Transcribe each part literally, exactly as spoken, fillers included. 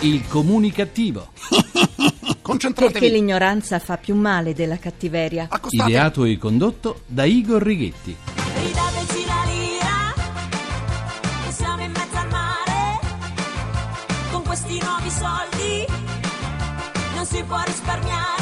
Il comunicativo. Concentratevi. Perché l'ignoranza fa più male della cattiveria. Accostate. Ideato e condotto da Igor Righetti. Ridateci la lira, che siamo in mezzo al mare. Con questi nuovi soldi non si può risparmiare.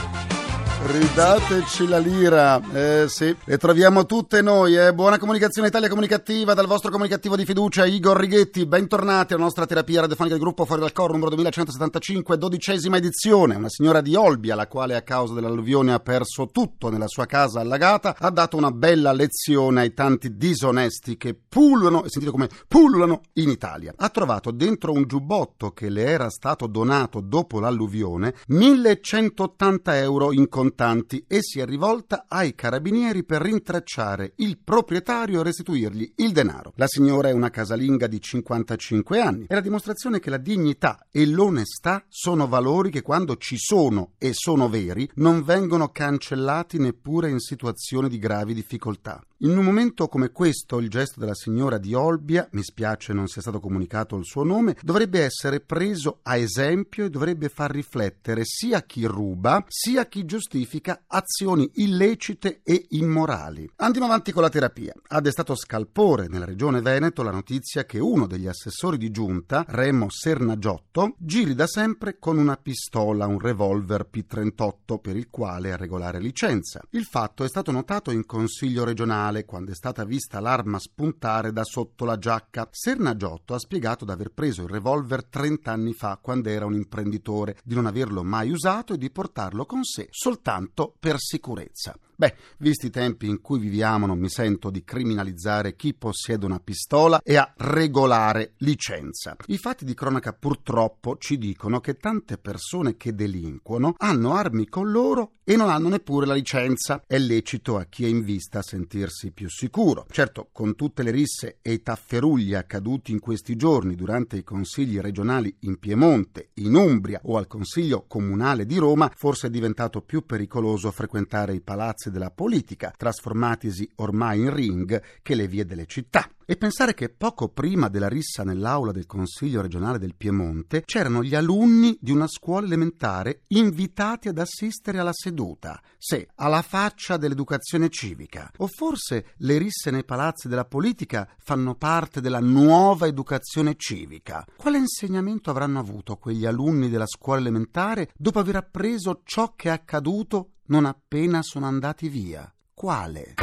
Ridateci la lira, eh sì, le troviamo tutte noi, eh. Buona comunicazione Italia Comunicativa dal vostro comunicativo di fiducia Igor Righetti. Bentornati alla nostra terapia radiofonica del gruppo Fuori dal Coro numero duemilacentosettantacinque, dodicesima edizione. Una signora di Olbia, la quale a causa dell'alluvione ha perso tutto nella sua casa allagata, ha dato una bella lezione ai tanti disonesti che pullulano, e sentite come pullulano in Italia. Ha trovato dentro un giubbotto che le era stato donato dopo l'alluvione millecentottanta euro in contanti e si è rivolta ai carabinieri per rintracciare il proprietario e restituirgli il denaro. La signora è una casalinga di cinquantacinque anni. È la dimostrazione che la dignità e l'onestà sono valori che quando ci sono e sono veri non vengono cancellati neppure in situazioni di gravi difficoltà. In un momento come questo il gesto della signora di Olbia, mi spiace non sia stato comunicato il suo nome, dovrebbe essere preso a esempio e dovrebbe far riflettere sia chi ruba sia chi giustifica azioni illecite e immorali. Andiamo avanti con la terapia. Ha destato scalpore nella regione Veneto la notizia che uno degli assessori di giunta, Remo Sernagiotto, giri da sempre con una pistola, un revolver P trentotto per il quale ha regolare licenza. Il fatto è stato notato in consiglio regionale quando è stata vista l'arma spuntare da sotto la giacca. Sernagiotto ha spiegato di aver preso il revolver trent'anni fa quando era un imprenditore, di non averlo mai usato e di portarlo con sé soltanto per sicurezza. Beh, visti i tempi in cui viviamo non mi sento di criminalizzare chi possiede una pistola e ha regolare licenza. I fatti di cronaca purtroppo ci dicono che tante persone che delinquono hanno armi con loro e non hanno neppure la licenza. È lecito a chi è in vista sentirsi più sicuro. Certo, con tutte le risse e i tafferugli accaduti in questi giorni durante i consigli regionali in Piemonte, in Umbria o al Consiglio Comunale di Roma, forse è diventato più pericoloso frequentare i palazzi della politica, trasformatisi ormai in ring, che le vie delle città. E pensare che poco prima della rissa nell'aula del Consiglio regionale del Piemonte c'erano gli alunni di una scuola elementare invitati ad assistere alla seduta. Sì, alla faccia dell'educazione civica. O forse le risse nei palazzi della politica fanno parte della nuova educazione civica. Quale insegnamento avranno avuto quegli alunni della scuola elementare dopo aver appreso ciò che è accaduto non appena sono andati via? Quale?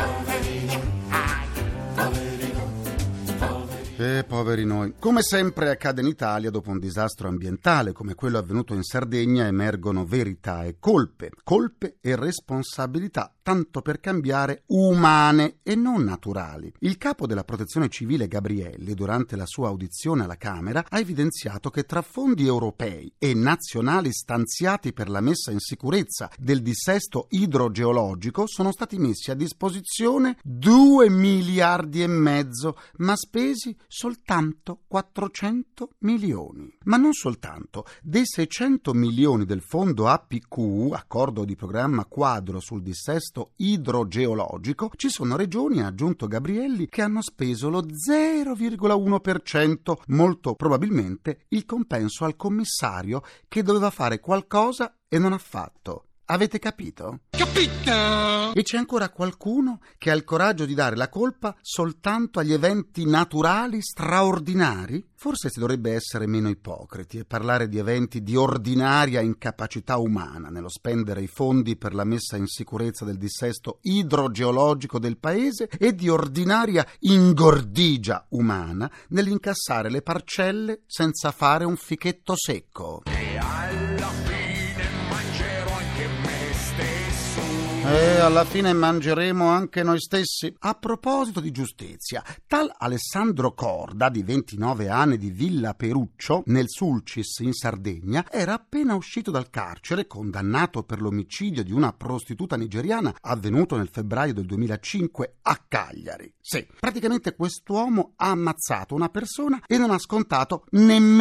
Eh, poveri noi. Come sempre accade in Italia, dopo un disastro ambientale come quello avvenuto in Sardegna, emergono verità e colpe, colpe e responsabilità, tanto per cambiare, umane e non naturali. Il capo della Protezione Civile Gabrielli, durante la sua audizione alla Camera, ha evidenziato che tra fondi europei e nazionali stanziati per la messa in sicurezza del dissesto idrogeologico sono stati messi a disposizione due miliardi e mezzo, ma spesi soltanto quattrocento milioni. Ma non soltanto. Dei seicento milioni del fondo A P Q, accordo di programma quadro sul dissesto idrogeologico, ci sono regioni, ha aggiunto Gabrielli, che hanno speso lo zero virgola uno per cento, molto probabilmente il compenso al commissario che doveva fare qualcosa e non ha fatto. Avete capito? Capito! E c'è ancora qualcuno che ha il coraggio di dare la colpa soltanto agli eventi naturali straordinari? Forse si dovrebbe essere meno ipocriti e parlare di eventi di ordinaria incapacità umana nello spendere i fondi per la messa in sicurezza del dissesto idrogeologico del paese e di ordinaria ingordigia umana nell'incassare le parcelle senza fare un fichetto secco. E alla fine mangerò anche me stesso. E alla fine mangeremo anche noi stessi. A proposito di giustizia, tal Alessandro Corda, di ventinove anni, di Villa Peruccio, nel Sulcis in Sardegna, era appena uscito dal carcere, condannato per l'omicidio di una prostituta nigeriana avvenuto nel febbraio del duemilacinque a Cagliari. Sì, praticamente quest'uomo ha ammazzato una persona e non ha scontato nemmeno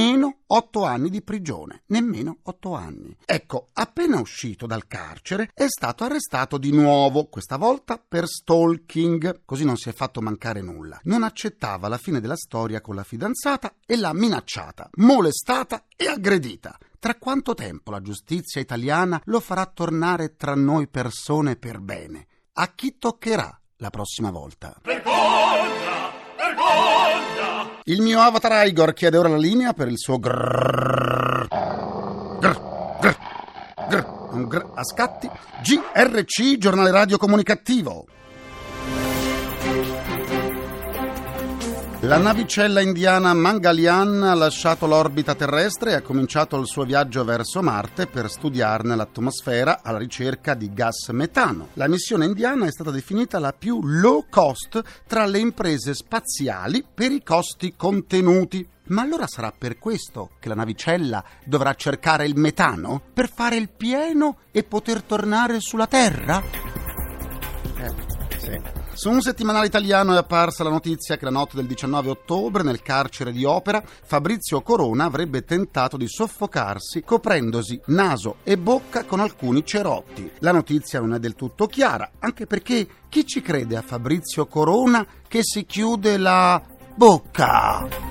otto anni di prigione, nemmeno otto anni. Ecco, appena uscito dal carcere è stato arrestato di nuovo, questa volta per stalking, così non si è fatto mancare nulla. Non accettava la fine della storia con la fidanzata e l'ha minacciata, molestata e aggredita. Tra quanto tempo la giustizia italiana lo farà tornare tra noi persone per bene? A chi toccherà la prossima volta? Vergogna! Vergogna! Il mio avatar Igor chiede ora la linea per il suo grrrr, grrr, grrr, grrr, un grrr a scatti. G R C, giornale radio comunicativo. La navicella indiana Mangalyaan ha lasciato l'orbita terrestre e ha cominciato il suo viaggio verso Marte per studiarne l'atmosfera alla ricerca di gas metano. La missione indiana è stata definita la più low cost tra le imprese spaziali per i costi contenuti. Ma allora sarà per questo che la navicella dovrà cercare il metano? Per fare il pieno e poter tornare sulla Terra? Eh, sì. Su un settimanale italiano è apparsa la notizia che la notte del diciannove ottobre nel carcere di Opera Fabrizio Corona avrebbe tentato di soffocarsi coprendosi naso e bocca con alcuni cerotti. La notizia non è del tutto chiara, anche perché chi ci crede a Fabrizio Corona che si chiude la bocca?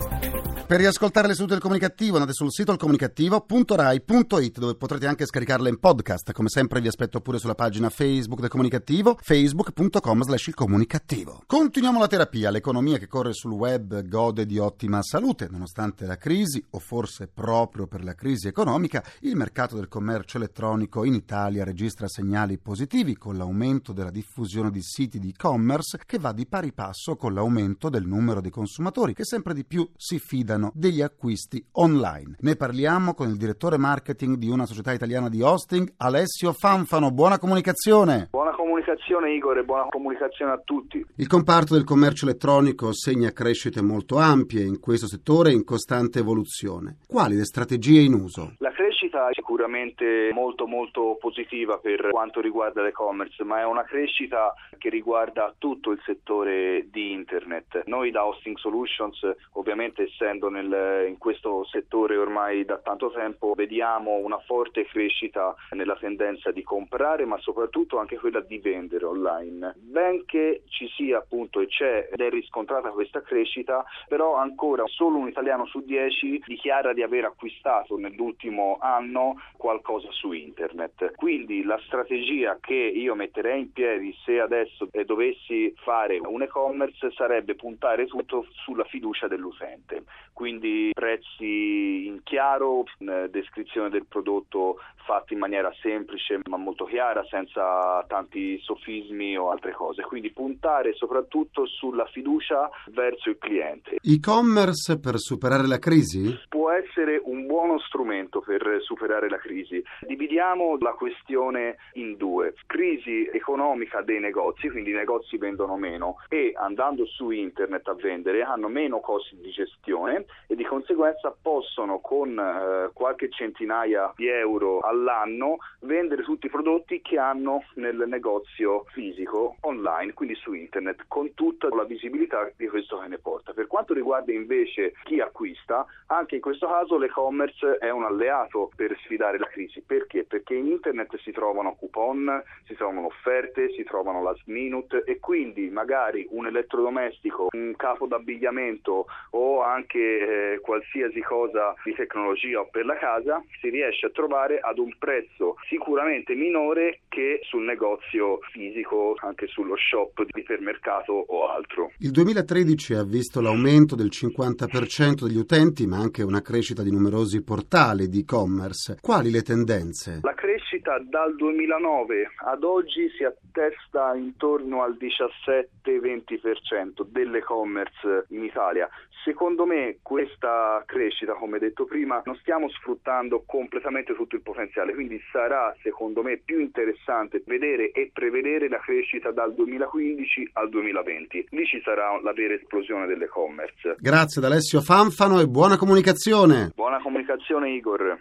Per riascoltare le sedute del Comunicativo andate sul sito ilcomunicativo punto rai punto it, dove potrete anche scaricarle in podcast. Come sempre vi aspetto pure sulla pagina Facebook del Comunicativo, facebook punto com slash il comunicativo. Continuiamo la terapia. L'economia che corre sul web gode di ottima salute. Nonostante la crisi, o forse proprio per la crisi economica, il mercato del commercio elettronico in Italia registra segnali positivi con l'aumento della diffusione di siti di e-commerce che va di pari passo con l'aumento del numero di consumatori che sempre di più si fidano degli acquisti online. Ne parliamo con il direttore marketing di una società italiana di hosting, Alessio Fanfano. Buona comunicazione. Buona comunicazione Igor e buona comunicazione a tutti. Il comparto del commercio elettronico segna crescite molto ampie in questo settore in costante evoluzione. Quali le strategie in uso? La crescita è sicuramente molto molto positiva per quanto riguarda l'e-commerce, ma è una crescita che riguarda tutto il settore di internet. Noi da Hosting Solutions, ovviamente essendo nel, in questo settore ormai da tanto tempo, vediamo una forte crescita nella tendenza di comprare, ma soprattutto anche quella di vendere online. Benché ci sia appunto e c'è ed è riscontrata questa crescita, però ancora solo un italiano su dieci dichiara di aver acquistato nell'ultimo anno qualcosa su internet. Quindi la strategia che io metterei in piedi se adesso dovessi fare un e-commerce sarebbe puntare tutto sulla fiducia dell'utente. Quindi prezzi in chiaro, descrizione del prodotto fatta in maniera semplice ma molto chiara, senza tanti sofismi o altre cose. Quindi puntare soprattutto sulla fiducia verso il cliente. E-commerce per superare la crisi? Può essere un buono strumento per superare la crisi. Dividiamo la questione in due. Crisi economica dei negozi, quindi i negozi vendono meno e andando su internet a vendere hanno meno costi di gestione e di conseguenza possono con eh, qualche centinaia di euro all'anno vendere tutti i prodotti che hanno nel negozio fisico online, quindi su internet, con tutta la visibilità di questo che ne porta. Per quanto riguarda invece chi acquista, anche in questo caso l'e-commerce è un alleato per sfidare la crisi. Perché? Perché in internet si trovano coupon, si trovano offerte, si trovano last minute e quindi magari un elettrodomestico, un capo d'abbigliamento o anche eh, qualsiasi cosa di tecnologia o per la casa si riesce a trovare ad un prezzo sicuramente minore che sul negozio fisico, anche sullo shop di ipermercato o altro. Il duemilatredici ha visto l'aumento del cinquanta per cento degli utenti, ma anche una crescita di numerosi portali di e-commerce. Quali le tendenze? La crescita dal duemilanove ad oggi si attesta intorno al diciassette venti per cento dell'e-commerce in Italia. Secondo me questa crescita, come detto prima, non stiamo sfruttando completamente tutto il potenziale, quindi sarà secondo me più interessante vedere e prevedere la crescita dal duemilaquindici al duemilaventi. Lì ci sarà la vera esplosione dell'e-commerce. Grazie ad Alessio Fanfano e buona comunicazione. Buona comunicazione Igor.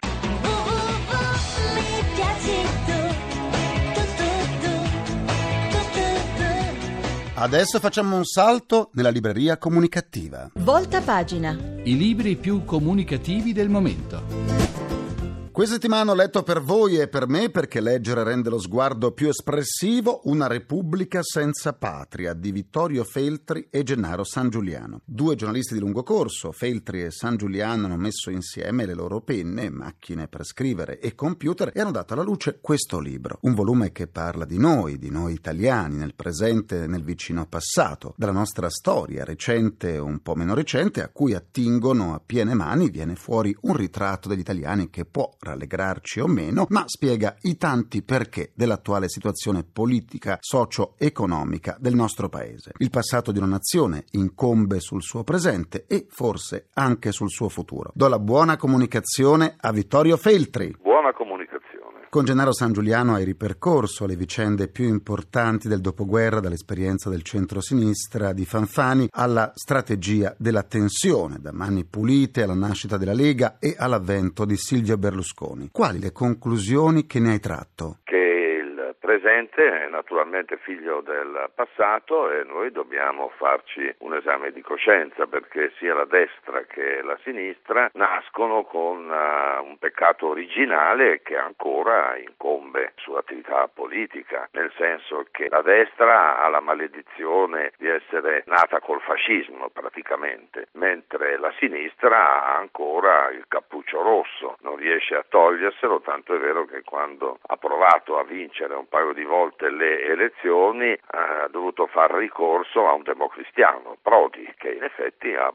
Adesso facciamo un salto nella libreria comunicativa. Volta pagina. I libri più comunicativi del momento. Questa settimana ho letto per voi e per me, perché leggere rende lo sguardo più espressivo, Una Repubblica senza patria di Vittorio Feltri e Gennaro San Giuliano. Due giornalisti di lungo corso, Feltri e San Giuliano, hanno messo insieme le loro penne, macchine per scrivere e computer e hanno dato alla luce questo libro. Un volume che parla di noi, di noi italiani, nel presente e nel vicino passato, della nostra storia, recente o un po' meno recente, a cui attingono a piene mani. Viene fuori un ritratto degli italiani che può rallegrarci o meno, ma spiega i tanti perché dell'attuale situazione politica, socio-economica del nostro paese. Il passato di una nazione incombe sul suo presente e forse anche sul suo futuro. Do la buona comunicazione a Vittorio Feltri. Buona comunicazione. Con Gennaro San Giuliano hai ripercorso le vicende più importanti del dopoguerra, dall'esperienza del centro-sinistra di Fanfani alla strategia della tensione, da Mani Pulite alla nascita della Lega e all'avvento di Silvio Berlusconi. Quali le conclusioni che ne hai tratto? Che il presente è naturalmente figlio del passato e noi dobbiamo farci un esame di coscienza, perché sia la destra che la sinistra nascono con uh, un peccato originale che ancora incombe sull'attività politica, nel senso che la destra ha la maledizione di essere nata col fascismo praticamente, mentre la sinistra ha ancora il cappuccio rosso, non riesce a toglierselo, tanto è vero che quando ha provato a vincere un paio di volte le elezioni ha dovuto far ricorso a un democristiano, Prodi, che in effetti ha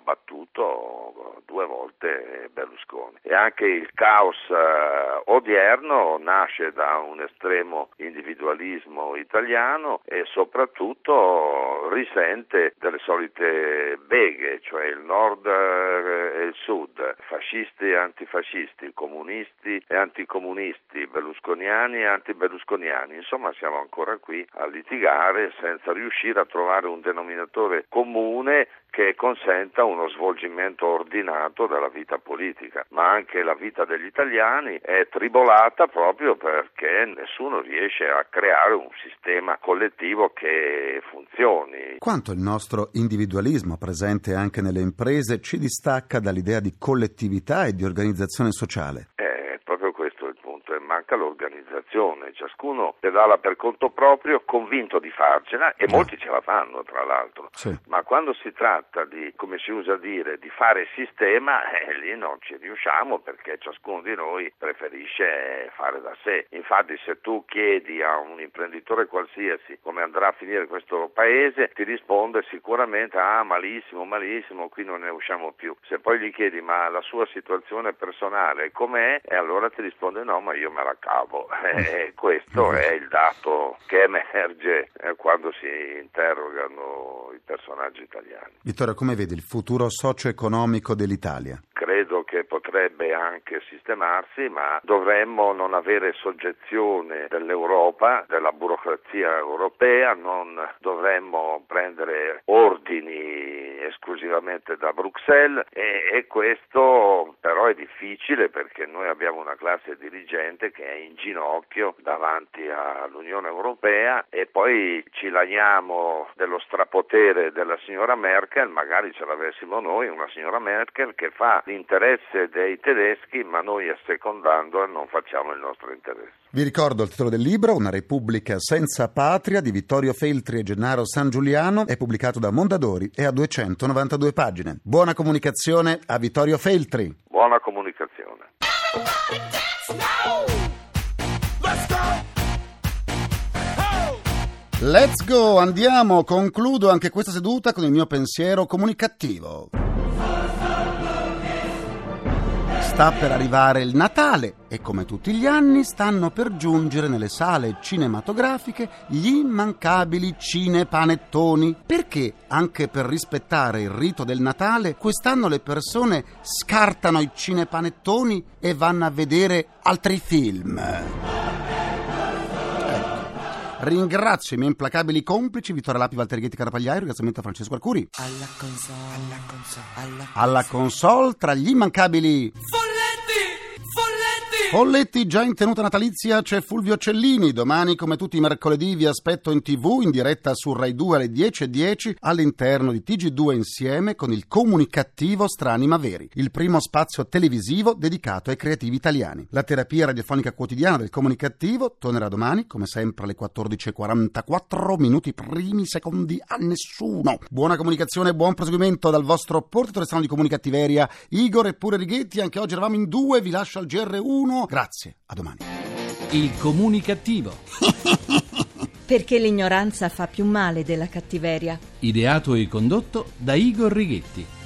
battuto due volte Berlusconi. E anche il caos eh, odierno nasce da un estremo individualismo italiano e soprattutto risente delle solite beghe, cioè il nord e il sud, fascisti e antifascisti, comunisti e anticomunisti, berlusconiani e antiberlusconiani. Insomma, siamo ancora qui a litigare senza riuscire a trovare un denominatore comune che consenta uno svolgimento ordinato della vita politica, ma anche la vita degli italiani è tribolata proprio perché nessuno riesce a creare un sistema collettivo che funzioni. Quanto il nostro individualismo, presente anche nelle imprese, ci distacca dall'idea di collettività e di organizzazione sociale? È proprio questo il punto, e manca l'organizzazione, ciascuno pedala per conto proprio, convinto di farcela, e Già. molti ce la fanno tra l'altro, Sì. ma quando si tratta di, come si usa dire, di fare sistema, eh, lì non ci riusciamo perché ciascuno di noi preferisce fare da sé. Infatti se tu chiedi a un imprenditore qualsiasi come andrà a finire questo paese, ti risponde sicuramente ah malissimo, malissimo, qui non ne usciamo più. Se poi gli chiedi ma la sua situazione personale com'è, e allora ti risponde no, ma io me la cavo. E questo è il dato che emerge eh, quando si interrogano i personaggi italiani. Vittorio, come vedi il futuro socio-economico dell'Italia? Credo che potrebbe anche sistemarsi, ma dovremmo non avere soggezione dell'Europa, della burocrazia europea, non dovremmo prendere ordini esclusivamente da Bruxelles e, e questo però è difficile perché noi abbiamo una classe dirigente che è in ginocchio davanti all'Unione Europea e poi ci lagniamo dello strapotere della signora Merkel. Magari ce l'avessimo noi una signora Merkel che fa l'interesse dei tedeschi, ma noi assecondando non facciamo il nostro interesse. Vi ricordo il titolo del libro, Una Repubblica senza patria, di Vittorio Feltri e Gennaro San Giuliano, è pubblicato da Mondadori e ha duecentonovantadue pagine. Buona comunicazione a Vittorio Feltri. Buona comunicazione. Let's go, andiamo, concludo anche questa seduta con il mio pensiero comunicativo. Sta per arrivare il Natale e come tutti gli anni stanno per giungere nelle sale cinematografiche gli immancabili cinepanettoni. Perché, anche per rispettare il rito del Natale, quest'anno le persone scartano i cinepanettoni e vanno a vedere altri film? Ringrazio i miei implacabili complici Vittorio Lapi, Walter Righetti, Carapagliaio, ringraziamento a Francesco Arcuri. Alla console, alla console, alla console. Alla console tra gli immancabili Folletti! Folletti! Folletti, già in tenuta natalizia c'è Fulvio Cellini. Domani, come tutti i mercoledì, vi aspetto in tv, in diretta su Rai due alle dieci e dieci, all'interno di T G due Insieme, con il comunicativo Strani ma Veri, il primo spazio televisivo dedicato ai creativi italiani. La terapia radiofonica quotidiana del comunicativo tornerà domani, come sempre alle quattordici e quarantaquattro, minuti primi secondi a nessuno. Buona comunicazione e buon proseguimento dal vostro portatore strano di comunicattiveria, Igor e pure Righetti. Anche oggi eravamo in due, vi lascio al G R uno. Grazie, a domani. Il comunicativo. Perché l'ignoranza fa più male della cattiveria. Ideato e condotto da Igor Righetti.